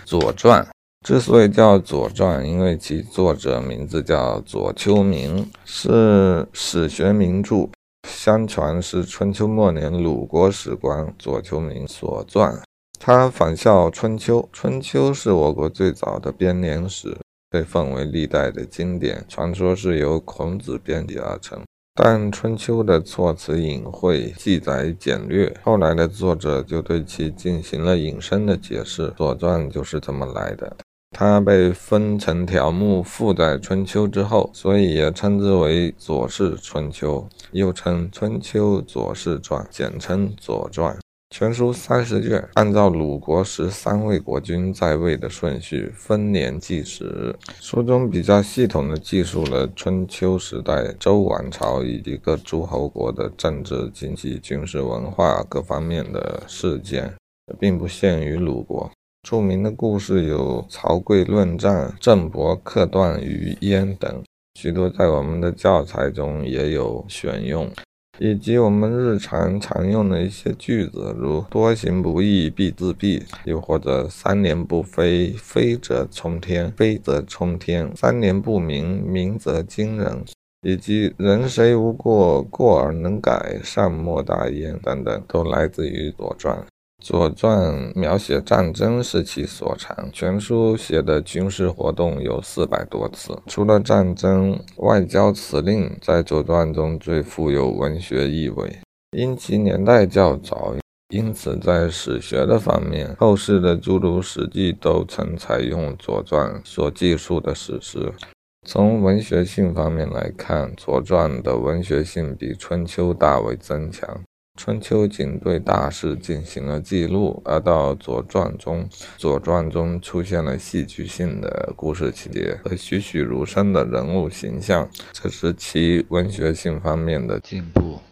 左传之所以叫左传，因为其作者名字叫左丘明，是史学名著，相传是春秋末年鲁国史官左丘明所撰。他仿效春秋，春秋是我国最早的编年史，被奉为历代的经典，传说是由孔子编辑而成。但春秋的措辞隐晦，记载简略，后来的作者就对其进行了引申的解释，左传就是这么来的。它被分成条目附在春秋之后，所以也称之为左氏春秋，又称春秋左氏传，简称左传。全书30卷，按照鲁国13位国君在位的顺序分年计时。书中比较系统地记述了春秋时代周王朝以及各诸侯国的政治、经济、军事、文化各方面的事件，并不限于鲁国。著名的故事有曹刿论战、郑伯克段于鄢等，许多在我们的教材中也有选用，以及我们日常常用的一些句子，如多行不义必自毙，又或者三年不飞，飞则冲天，飞则冲天；三年不鸣，鸣则惊人，以及人谁无过，过而能改，善莫大焉等等，都来自于左传。左传描写战争是其所长，全书写的军事活动有400多次。除了战争，外交辞令在左传中最富有文学意味。因其年代较早，因此在史学的方面，后世的诸如《史记》都曾采用左传所记述的史实。从文学性方面来看，左传的文学性比春秋大为增强。春秋仅对大事进行了记录，而到左传中出现了戏剧性的故事情节和栩栩如生的人物形象，这是其文学性方面的进步。